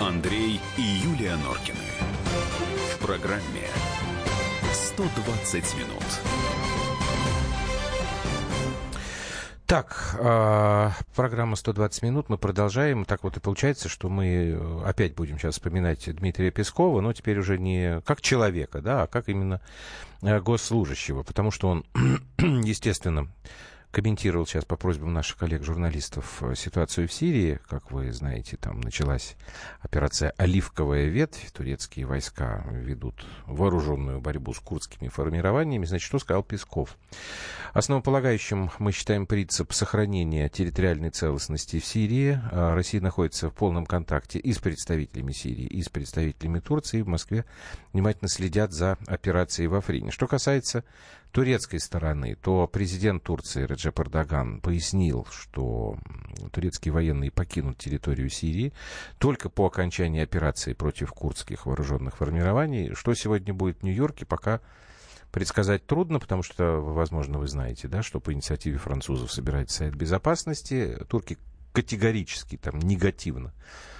Андрей и Юлия Норкины. В программе «120 минут». Так, программа «120 минут». Мы продолжаем. Так вот и получается, что мы опять будем сейчас вспоминать Дмитрия Пескова, но теперь уже не как человека, да, а как именно госслужащего, потому что он, естественно, комментировал сейчас по просьбам наших коллег-журналистов ситуацию в Сирии. Как вы знаете, там началась операция «Оливковая ветвь». Турецкие войска ведут вооруженную борьбу с курдскими формированиями. Значит, что сказал Песков? Основополагающим мы считаем принцип сохранения территориальной целостности в Сирии. Россия находится в полном контакте и с представителями Сирии, и с представителями Турции. В Москве внимательно следят за операцией в Африне. Что касается турецкой стороны, то президент Турции Реджеп Эрдоган пояснил, что турецкие военные покинут территорию Сирии только по окончании операции против курдских вооруженных формирований. Что сегодня будет в Нью-Йорке, пока предсказать трудно, потому что, возможно, вы знаете, да, что по инициативе французов собирается Совет Безопасности. Турки категорически, там, негативно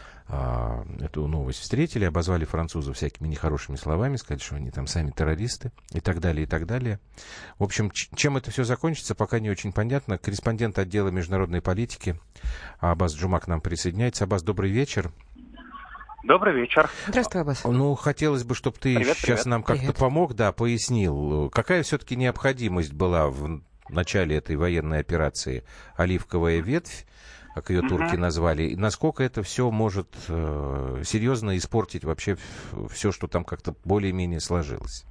эту новость встретили, обозвали французов всякими нехорошими словами, сказали, что они там сами террористы и так далее, и так далее. В общем, чем это все закончится, пока не очень понятно. Корреспондент отдела международной политики Аббас Джума к нам присоединяется. Аббас, добрый вечер. Добрый вечер. Здравствуй, Аббас. Ну, хотелось бы, чтобы ты сейчас нам как-то помог, да, пояснил, какая все-таки необходимость была в начале этой военной операции «Оливковая ветвь», как ее турки назвали, и насколько это все может серьезно испортить вообще все, что там как-то более-менее сложилось?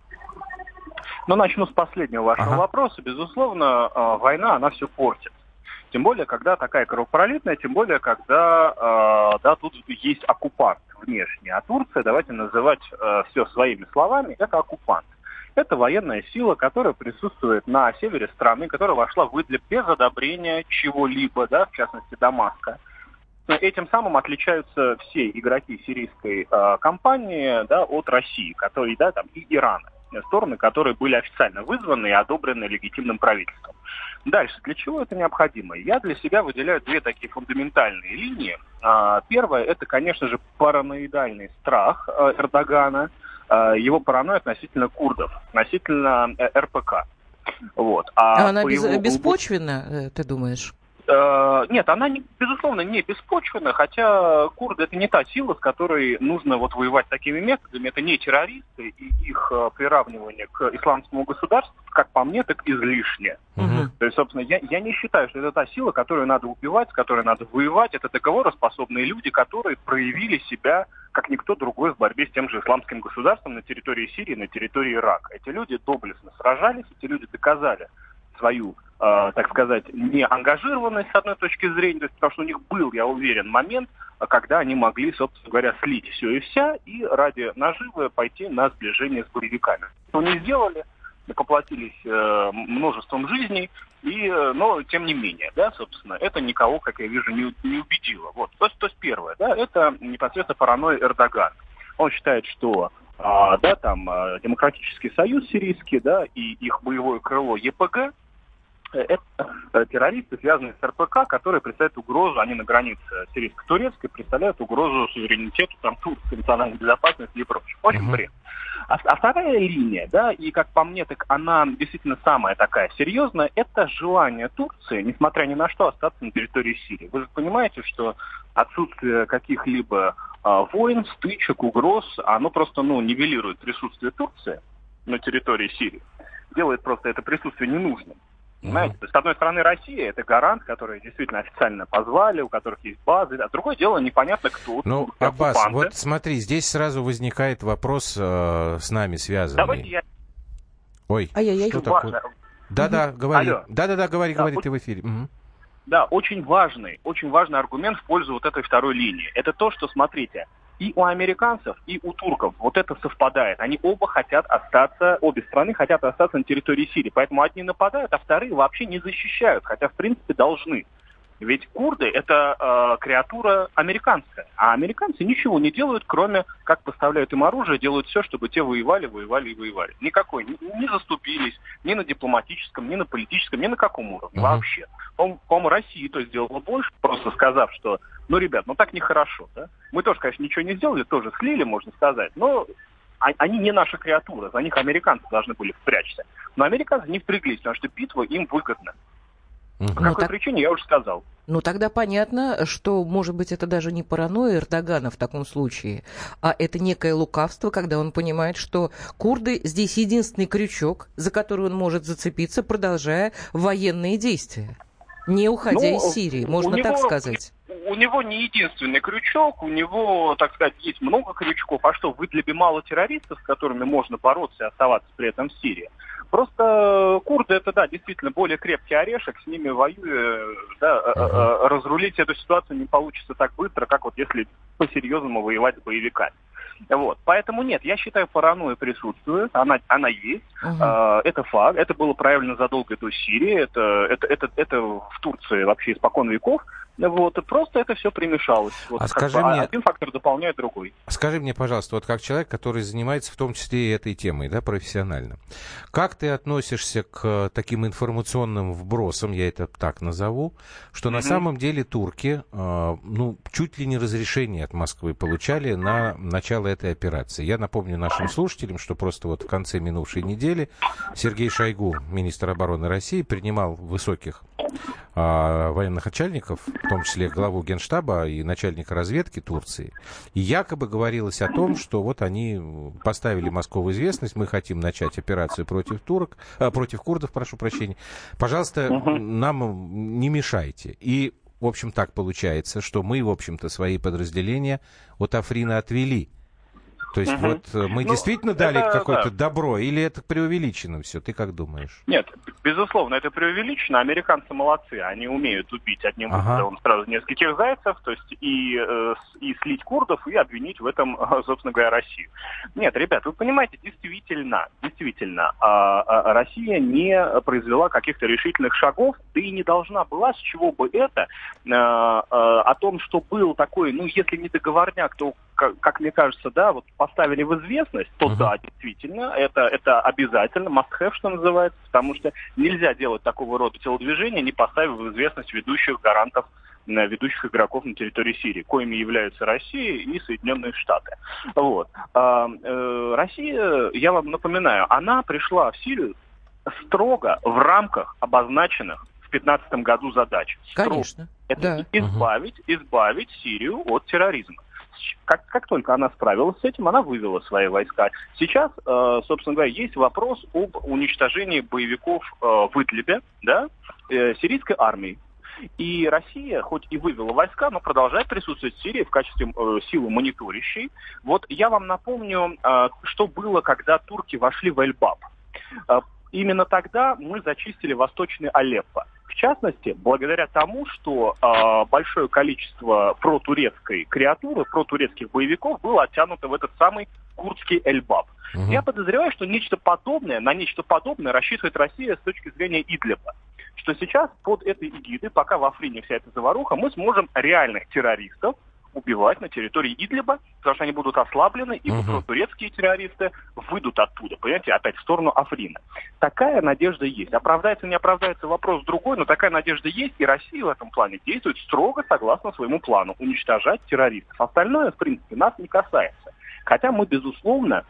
Ну, начну с последнего вашего вопроса. Безусловно, война, она все портит. Тем более, когда такая кровопролитная, тем более, когда тут есть оккупант внешний. А Турция, давайте называть все своими словами, это оккупант. Это военная сила, которая присутствует на севере страны, которая вошла в Идлиб без одобрения чего-либо, да, в частности Дамаска. Этим самым отличаются все игроки сирийской кампании, да, от России, которые, да, там, и Ирана. Стороны, которые были официально вызваны и одобрены легитимным правительством. Дальше, для чего это необходимо? Я для себя выделяю две такие фундаментальные линии. Первое, это, конечно же, параноидальный страх Эрдогана, его паранойя относительно курдов, относительно РПК. Вот. Она беспочвенна, ты думаешь? Нет, она, безусловно, не беспочвенна, хотя курды — это не та сила, с которой нужно вот воевать такими методами. Это не террористы, и их приравнивание к исламскому государству, как по мне, так излишне. То есть, собственно, я не считаю, что это та сила, которую надо убивать, с которой надо воевать. Это договороспособные люди, которые проявили себя как никто другой в борьбе с тем же исламским государством на территории Сирии, на территории Ирака. Эти люди доблестно сражались, эти люди доказали свою, так сказать, неангажированность с одной точки зрения, то есть, потому что у них был, я уверен, момент, когда они могли, собственно говоря, слить все и вся и ради наживы пойти на сближение с боевиками. Что они сделали, поплатились множеством жизней, но тем не менее, да, собственно, это никого, как я вижу, не убедило. Вот. То есть первое, да, это непосредственно паранойя Эрдогана. Он считает, что Демократический союз сирийский, да, и их боевое крыло ЕПГ — это террористы, связанные с РПК, которые представляют угрозу, они на границе сирийско-турецкой представляют угрозу суверенитету, там, Турции, национальной безопасности и прочее. Очень бред. А вторая линия, да, и как по мне, так она действительно самая такая серьезная, это желание Турции, несмотря ни на что, остаться на территории Сирии. Вы же понимаете, что отсутствие каких-либо войн, стычек, угроз, оно просто, нивелирует присутствие Турции на территории Сирии, делает просто это присутствие ненужным. Понимаете? То есть, с одной стороны, Россия — это гарант, который действительно официально позвали, у которых есть базы. А другое дело, непонятно кто. Ну, Аббас, вот смотри, здесь сразу возникает вопрос с нами связанный. Давайте я... Ой, Ай-яй-яй. что такое? Да-да, говори. Алло. Да-да-да, говори, ты в эфире. Да, очень важный аргумент в пользу вот этой второй линии. Это то, что, смотрите, и у американцев, и у турков вот это совпадает. Они обе страны хотят остаться на территории Сирии. Поэтому одни нападают, а вторые вообще не защищают, хотя, в принципе, должны. Ведь курды — это креатура американская. А американцы ничего не делают, кроме как поставляют им оружие, делают все, чтобы те воевали. Никакой. Не заступились ни на дипломатическом, ни на политическом, ни на каком уровне вообще. по-моему, Россия то сделала больше, просто сказав, что, ну, ребят, ну так нехорошо, да? Мы тоже, конечно, ничего не сделали, тоже слили, можно сказать, но они не наша креатура, за них американцы должны были впрячься. Но американцы не впряглись, потому что битва им выгодна. По какой причине, я уже сказал. Ну, тогда понятно, что, может быть, это даже не паранойя Эрдогана в таком случае, а это некое лукавство, когда он понимает, что курды здесь единственный крючок, за который он может зацепиться, продолжая военные действия, не уходя из Сирии, можно так сказать. У него не единственный крючок, у него, так сказать, есть много крючков. А что, в Идлибе мало террористов, с которыми можно бороться и оставаться при этом в Сирии? Просто курды это, да, действительно более крепкий орешек, с ними воюя, да, разрулить эту ситуацию не получится так быстро, как вот если по-серьезному воевать с боевиками. Вот. Поэтому нет, я считаю, паранойя присутствует, она есть, это факт, это было проявлено задолго до Сирии, это в Турции вообще испокон веков. Вот, и просто это все примешалось. Вот, один фактор дополняет другой. Скажи мне, пожалуйста, вот как человек, который занимается в том числе и этой темой, да, профессионально, как ты относишься к таким информационным вбросам, я это так назову, что на самом деле турки, чуть ли не разрешение от Москвы получали на начало этой операции? Я напомню нашим слушателям, что просто вот в конце минувшей недели Сергей Шойгу, министр обороны России, принимал высоких военных начальников, в том числе главу Генштаба и начальника разведки Турции. И якобы говорилось о том, что вот они поставили Москву в известность, мы хотим начать операцию против курдов, прошу прощения. Пожалуйста, нам не мешайте. И, в общем, так получается, что мы, в общем-то, свои подразделения от Африна отвели. То есть вот мы действительно дали какое-то добро, или это преувеличено все? Ты как думаешь? Нет, безусловно, это преувеличено. Американцы молодцы, они умеют убить одним выстрелом сразу нескольких зайцев, то есть и слить курдов, и обвинить в этом, собственно говоря, Россию. Нет, ребят, вы понимаете, действительно, Россия не произвела каких-то решительных шагов, да и не должна была, с чего бы это, о том, что был такой, если не договорняк, то, как мне кажется, да, вот поставили в известность, то да, действительно, это обязательно, must have, что называется, потому что нельзя делать такого рода телодвижения, не поставив в известность ведущих гарантов, ведущих игроков на территории Сирии, коими являются Россия и Соединенные Штаты. Вот. Россия, я вам напоминаю, она пришла в Сирию строго в рамках обозначенных в 2015 году задач. Конечно. Это избавить Сирию от терроризма. Как только она справилась с этим, она вывела свои войска. Сейчас, собственно говоря, есть вопрос об уничтожении боевиков в Идлибе, да, сирийской армии. И Россия, хоть и вывела войска, но продолжает присутствовать в Сирии в качестве силы мониторящей. Вот я вам напомню, что было, когда турки вошли в Эль-Баб. Именно тогда мы зачистили восточный Алеппо. В частности, благодаря тому, что большое количество протурецкой креатуры, протурецких боевиков было оттянуто в этот самый курдский Эль-Баб. Я подозреваю, что на нечто подобное рассчитывает Россия с точки зрения Идлиба. Что сейчас под этой эгидой, пока в Африне вся эта заваруха, мы сможем реальных террористов убивать на территории Идлиба, потому что они будут ослаблены, и турецкие террористы выйдут оттуда, понимаете, опять в сторону Африна. Такая надежда есть. Оправдается, не оправдается, вопрос другой, но такая надежда есть, и Россия в этом плане действует строго согласно своему плану — уничтожать террористов. Остальное, в принципе, нас не касается. Хотя мы, безусловно,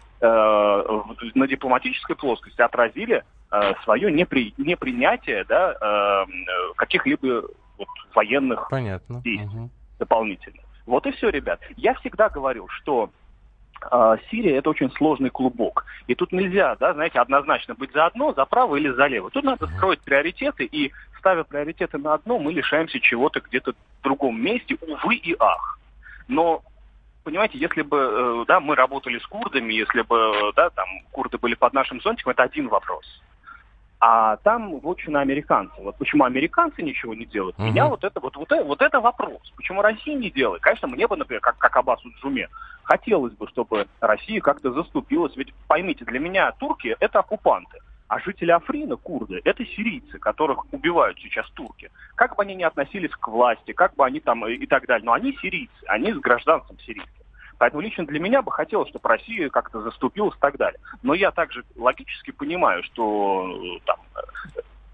на дипломатической плоскости отразили свое непринятие, да, каких-либо военных действий дополнительных. Вот и все, ребят. Я всегда говорил, что Сирия — это очень сложный клубок. И тут нельзя, да, знаете, однозначно быть за одно, за право или за лево. Тут надо строить приоритеты, и ставя приоритеты на одно, мы лишаемся чего-то где-то в другом месте, увы и ах. Но, понимаете, если бы, да, мы работали с курдами, если бы, да, там, курды были под нашим зонтиком, это один вопрос. А там вотчина американцев. Вот почему американцы ничего не делают? Меня вот это вопрос. Почему Россия не делает? Конечно, мне бы, например, как Аббасу Джуме, хотелось бы, чтобы Россия как-то заступилась. Ведь поймите, для меня турки — это оккупанты. А жители Африна, курды, это сирийцы, которых убивают сейчас турки. Как бы они ни относились к власти, как бы они там и так далее. Но они сирийцы, они с гражданством сирийским. Поэтому лично для меня бы хотелось, чтобы Россия как-то заступилась и так далее. Но я также логически понимаю, что там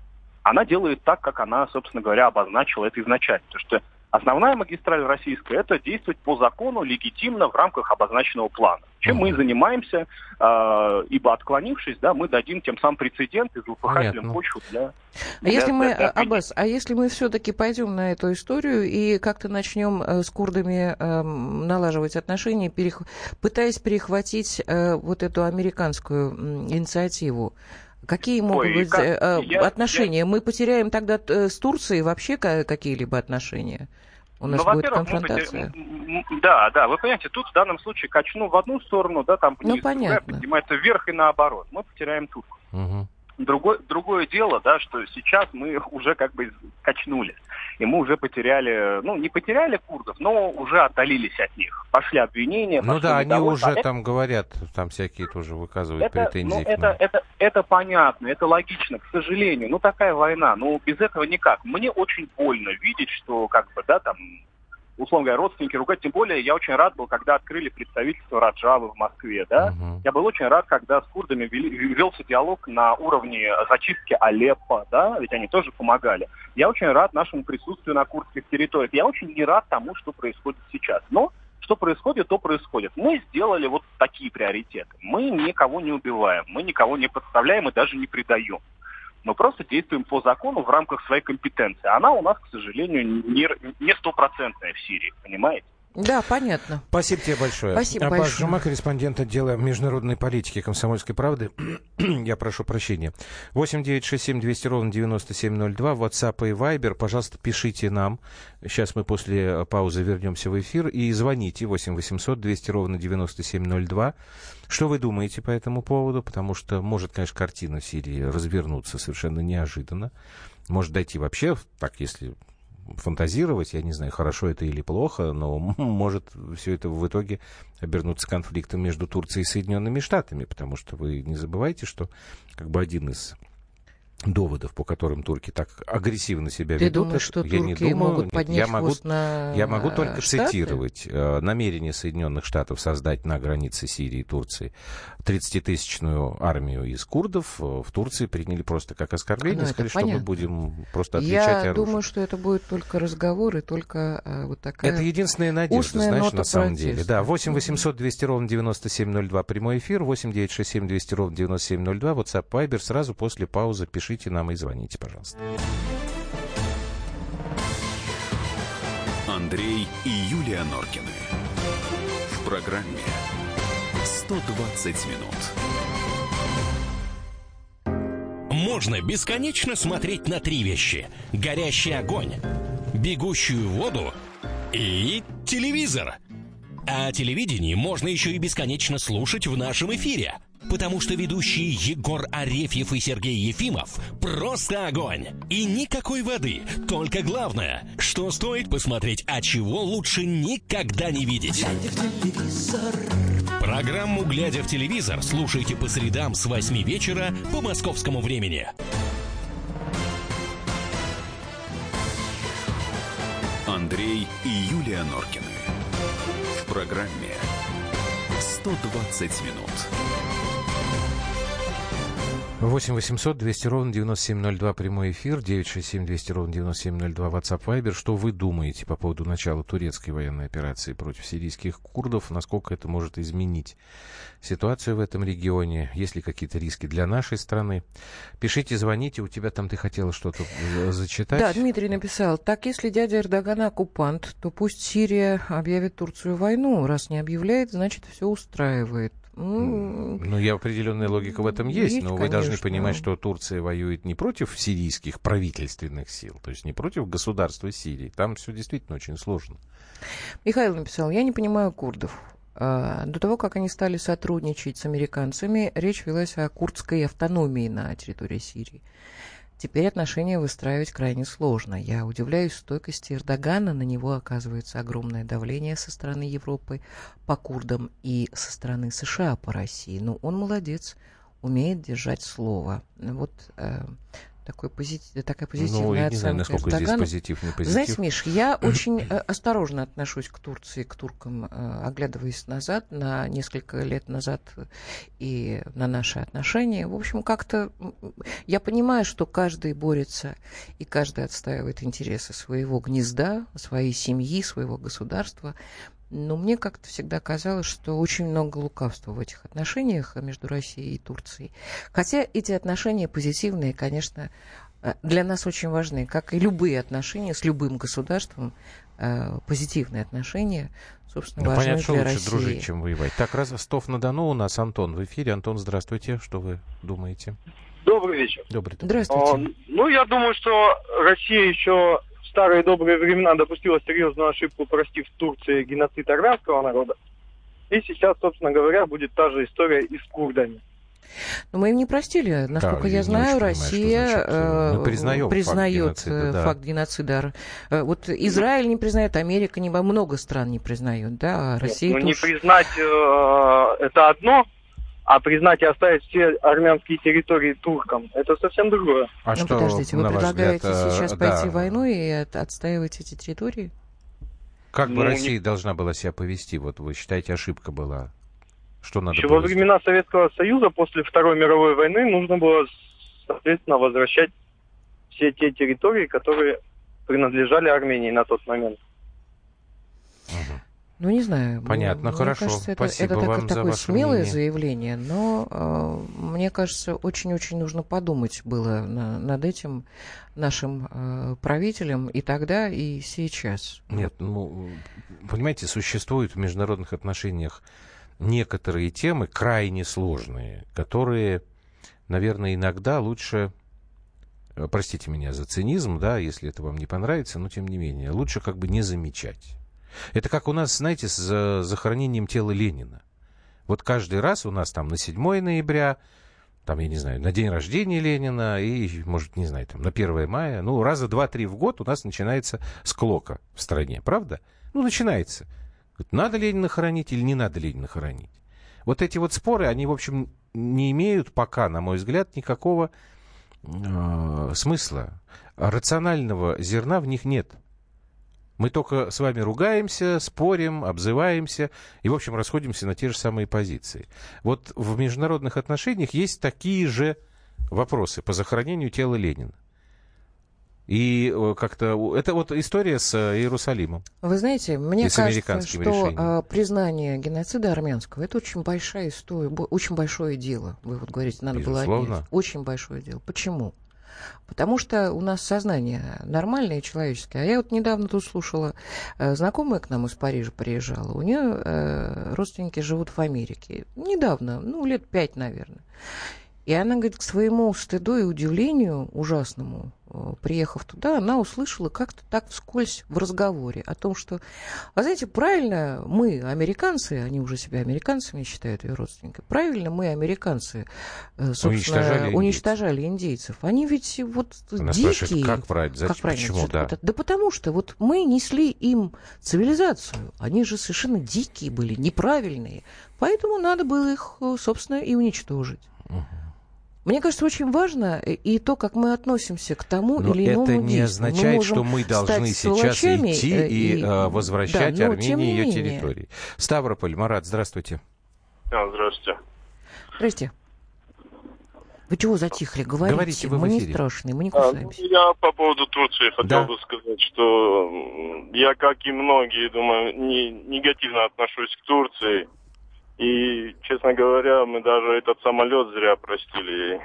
она делает так, как она, собственно говоря, обозначила это изначально. Потому что основная магистраль российская – это действовать по закону легитимно в рамках обозначенного плана. Чем мы и занимаемся, ибо отклонившись, да, мы дадим тем самым прецедент и злопыхателям почву для... Аббас, а если мы все-таки пойдем на эту историю и как-то начнем с курдами налаживать отношения, пытаясь перехватить вот эту американскую инициативу, какие могут быть отношения? Мы потеряем тогда с Турцией вообще какие-либо отношения? У нас будет конфронтация. Да, вы понимаете, тут в данном случае качну в одну сторону, да, там вниз, другая поднимается вверх и наоборот. Мы потеряем турку. Другое дело, да, что сейчас мы уже как бы качнулись. И мы уже потеряли, не потеряли курдов, но уже отдалились от них. Пошли обвинения. Ну да, они уже там говорят, там всякие тоже выказывают претензии. Это понятно, это логично, к сожалению. Такая война, без этого никак. Мне очень больно видеть, что условно говоря, родственники ругать. Тем более я очень рад был, когда открыли представительство Раджавы в Москве. Да? Я был очень рад, когда с курдами велся диалог на уровне зачистки Алеппо, да? Ведь они тоже помогали. Я очень рад нашему присутствию на курдских территориях. Я очень не рад тому, что происходит сейчас. Но что происходит, то происходит. Мы сделали вот такие приоритеты. Мы никого не убиваем, мы никого не подставляем и даже не предаем. Мы просто действуем по закону в рамках своей компетенции. Она у нас, к сожалению, не стопроцентная в Сирии, понимаете? Да, понятно. Спасибо тебе большое. Спасибо большое. большое. Жума, корреспондент отдела международной политики «Комсомольской правды». Я прошу прощения. 8-967-200-97-02, WhatsApp и Viber. Пожалуйста, пишите нам. Сейчас мы после паузы вернемся в эфир. И звоните 8-800-200-97-02. Что вы думаете по этому поводу? Потому что может, конечно, картина в Сирии развернуться совершенно неожиданно. Может дойти вообще, так если фантазировать, я не знаю, хорошо это или плохо, но может все это в итоге обернуться конфликтом между Турцией и Соединенными Штатами, потому что вы не забывайте, что как бы один из доводов, по которым турки так агрессивно себя ведут. Ты думаешь, что турки могут поднять хвост на Я могу только Штаты? цитировать намерение Соединенных Штатов создать на границе Сирии и Турции 30-тысячную армию из курдов. В Турции приняли просто как оскорбление, сказали, что мы будем просто отвечать оружием. Я думаю, что это будет только разговоры, только вот такая это единственная надежда, знаешь, на самом деле. Да, 8-800-200-97-02, прямой эфир, 8-967-200-97-02, WhatsApp, Viber, сразу после паузы пишите нам и звоните, пожалуйста. Андрей и Юлия Норкины. В программе 120 минут. Можно бесконечно смотреть на три вещи: горящий огонь, бегущую воду и телевизор. А телевидение можно еще и бесконечно слушать в нашем эфире. Потому что ведущие Егор Арефьев и Сергей Ефимов просто огонь. И никакой воды. Только главное, что стоит посмотреть, а чего лучше никогда не видеть. Программу «Глядя в телевизор» слушайте по средам с 8 вечера по московскому времени. Андрей и Юлия Норкины. В программе 120 минут. 8-800-200-97-02, прямой эфир, 967-200-97-02, WhatsApp, Viber. Что вы думаете по поводу начала турецкой военной операции против сирийских курдов? Насколько это может изменить ситуацию в этом регионе? Есть ли какие-то риски для нашей страны? Пишите, звоните. У тебя там, ты хотела что-то зачитать? Да, Дмитрий написал: так, если дядя Эрдогана оккупант, то пусть Сирия объявит Турцию войну. Раз не объявляет, значит, все устраивает. Ну, и определенная логика в этом есть, но вы должны понимать, что Турция воюет не против сирийских правительственных сил, то есть не против государства Сирии. Там все действительно очень сложно. Михаил написал: я не понимаю курдов. До того, как они стали сотрудничать с американцами, речь велась о курдской автономии на территории Сирии. Теперь отношения выстраивать крайне сложно. Я удивляюсь стойкости Эрдогана. На него оказывается огромное давление со стороны Европы по курдам и со стороны США по России. Но он молодец, умеет держать слово. Вот такая позитивная Ну, я оценка не знаю, насколько здесь Эрдогана. позитив, не позитив. Знаете, Миш, я очень осторожно отношусь к Турции, к туркам, оглядываясь назад, на несколько лет назад и на наши отношения. В общем, как-то я понимаю, что каждый борется и каждый отстаивает интересы своего гнезда, своей семьи, своего государства. Но мне как-то всегда казалось, что очень много лукавства в этих отношениях между Россией и Турцией. Хотя эти отношения позитивные, конечно, для нас очень важны, как и любые отношения с любым государством, позитивные отношения, собственно, важны понятно, что для лучше России. дружить, чем воевать. Так, Ростов-на-Дону, у нас Антон в эфире. Антон, здравствуйте. Что вы думаете? Добрый вечер. Добрый. Здравствуйте. Я думаю, что Россия еще в старые добрые времена допустила серьезную ошибку, простив в Турции геноцид армянского народа. И сейчас, собственно говоря, будет та же история и с курдами. Но мы им не простили. Насколько я знаю, Россия признает факт геноцида. Вот Израиль не признает, Америка много стран не признает. Да? А Россия не признать это одно, а признать и оставить все армянские территории туркам, это совсем другое. А что, подождите, вы предлагаете сейчас пойти в войну и отстаивать эти территории? Как бы Россия должна была себя повести? Вот вы считаете, ошибка была? Что надо еще было во времена Советского Союза, после Второй мировой войны, нужно было, соответственно, возвращать все те территории, которые принадлежали Армении на тот момент. Ну, не знаю. Понятно, мне хорошо. Кажется, Спасибо это вам за такое ваше смелое мнение. заявление, но мне кажется, очень-очень нужно подумать было над этим нашим правителям и тогда, и сейчас. Нет, понимаете, существуют в международных отношениях некоторые темы крайне сложные, которые, наверное, иногда лучше, простите меня за цинизм, да, если это вам не понравится, но тем не менее, лучше как бы не замечать. Это как у нас, знаете, с захоронением тела Ленина. Вот каждый раз у нас там на 7 ноября, там, я не знаю, на день рождения Ленина и, может, не знаю, там, на 1 мая, раза 2-3 в год у нас начинается склока в стране, правда? Начинается. Надо Ленина хоронить или не надо Ленина хоронить? Вот эти вот споры, они, в общем, не имеют пока, на мой взгляд, никакого смысла. Рационального зерна в них нет. Мы только с вами ругаемся, спорим, обзываемся и, в общем, расходимся на те же самые позиции. Вот в международных отношениях есть такие же вопросы по захоронению тела Ленина. И как-то... Это вот история с Иерусалимом. Вы знаете, мне кажется, что решением. признание геноцида армянского — это очень большая история, очень большое дело. Вы вот говорите, надо было отнять. Очень большое дело. Почему? Потому что у нас сознание нормальное, человеческое. А я вот недавно тут слушала, знакомая к нам из Парижа приезжала. У нее родственники живут в Америке. Недавно, лет 5, наверное. И она говорит, к своему стыду и удивлению ужасному, приехав туда, она услышала как-то так вскользь в разговоре о том, что, знаете, правильно мы, американцы, они уже себя американцами считают, ее родственники, правильно мы, американцы, собственно, уничтожали индейцев. Они ведь вот она дикие. Как правильно? Зачем? Почему? Да потому что вот мы несли им цивилизацию. Они же совершенно дикие были, неправильные. Поэтому надо было их, собственно, и уничтожить. Мне кажется, очень важно и то, как мы относимся к тому или иному действию. Это не означает, что мы должны сейчас идти и возвращать Армении ее территории. Ставрополь, Марат, здравствуйте. Здравствуйте. Здрасте. Вы чего затихли? Говорите, мы не страшные, мы не кусаемся. Я по поводу Турции хотел бы сказать, что я, как и многие, думаю, негативно отношусь к Турции. И, честно говоря, мы даже этот самолет зря простили ей.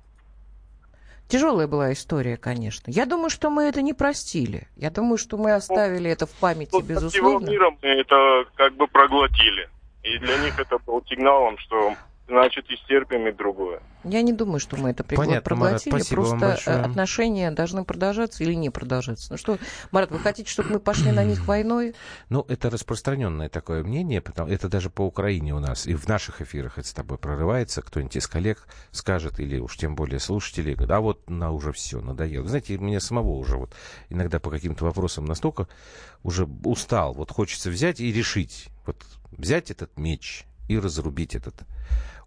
Тяжелая была история, конечно. Я думаю, что мы это не простили. Я думаю, что мы оставили это в памяти, безусловно. Всего мира мы это как бы проглотили. И для них это был сигналом, что значит истерпим и другое. Я не думаю, что мы это проглотили. Марат, просто отношения должны продолжаться или не продолжаться. Ну что, Марат, вы хотите, чтобы мы пошли на них войной? Это распространенное такое мнение. Это даже по Украине у нас. И в наших эфирах это с тобой прорывается. Кто-нибудь из коллег скажет, или уж тем более слушатели, говорят, уже все, надоело. Знаете, меня самого уже иногда по каким-то вопросам настолько уже устал. Хочется взять и решить. Взять этот меч и разрубить этот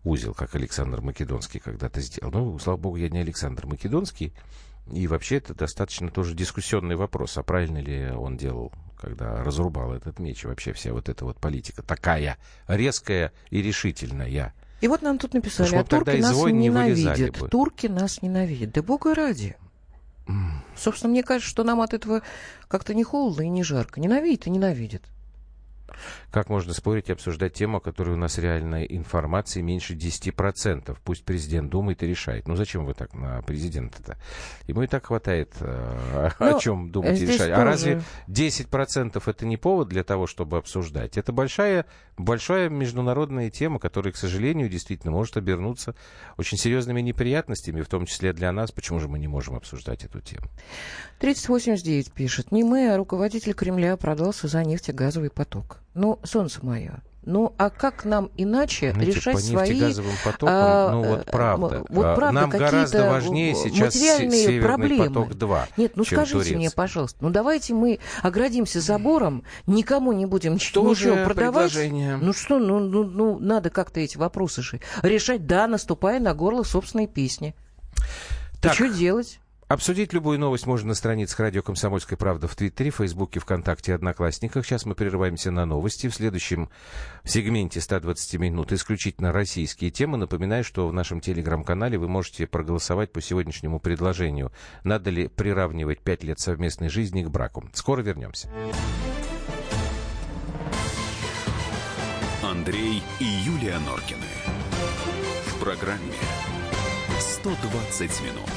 узел, как Александр Македонский когда-то сделал. Ну, слава богу, я не Александр Македонский. И вообще это достаточно тоже дискуссионный вопрос, а правильно ли он делал, когда разрубал этот меч, и вообще вся вот эта вот политика такая резкая и решительная. И вот нам тут написали, а турки нас ненавидят. Турки нас ненавидят. Да бога ради. Собственно, мне кажется, что нам от этого как-то не холодно и не жарко. Ненавидят и ненавидят. Как можно спорить и обсуждать тему, о которой у нас реальной информации меньше 10%? Пусть президент думает и решает. Ну, зачем вы так на президента-то? Ему и так хватает о чем думать и решать. А разве 10% это не повод для того, чтобы обсуждать? Это большая международная тема, которая, к сожалению, действительно может обернуться очень серьезными неприятностями, в том числе для нас. Почему же мы не можем обсуждать эту тему? 3089 пишет. Не мы, а руководитель Кремля продался за нефтегазовый поток. Ну, солнце мое. Ну, а как нам иначе решать свои... нефтегазовым потокам, правда. Нам гораздо важнее сейчас Северный проблемы. поток-2, Нет, ну чем скажите турецкий. мне, пожалуйста, давайте мы оградимся забором, никому не будем ничего продавать. Предложение. Ну, надо как-то эти вопросы же решать, да, наступая на горло собственной песни. Так, что делать? Обсудить любую новость можно на страницах радио «Комсомольская правда» в Твиттере, Фейсбуке, ВКонтакте и Одноклассниках. Сейчас мы прерываемся на новости. В следующем сегменте 120 минут исключительно российские темы. Напоминаю, что в нашем телеграм-канале вы можете проголосовать по сегодняшнему предложению. Надо ли приравнивать 5 лет совместной жизни к браку? Скоро вернемся. Андрей и Юлия Норкины. В программе «120 минут».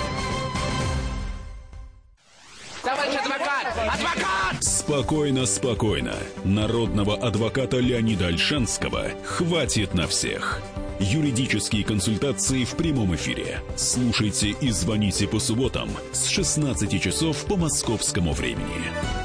Товарищ адвокат! Адвокат! Спокойно, спокойно. Народного адвоката Леонида Ольшанского хватит на всех. Юридические консультации в прямом эфире. Слушайте и звоните по субботам с 16 часов по московскому времени.